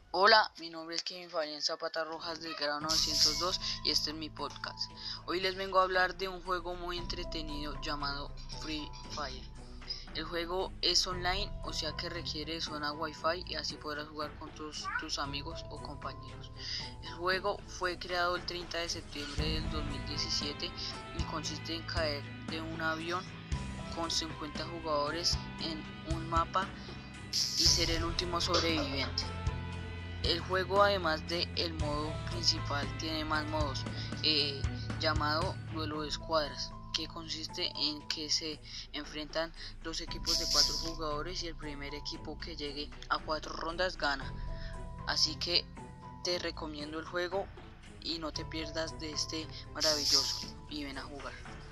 Hola, mi nombre es Kevin Fabián Zapata Rojas del grado 902 y este es mi podcast. Hoy les vengo a hablar de un juego muy entretenido llamado Free Fire. El juego es online, o sea que requiere zona Wi-Fi y así podrás jugar con tus amigos o compañeros. El juego fue creado el 30 de septiembre del 2017 y consiste en caer de un avión con 50 jugadores en un mapa y ser el último sobreviviente. El juego, además de el modo principal, tiene más modos, llamado duelo de escuadras, que consiste en que se enfrentan dos equipos de 4 jugadores y el primer equipo que llegue a 4 rondas gana. Así que te recomiendo el juego y no te pierdas de este maravilloso y ven a jugar.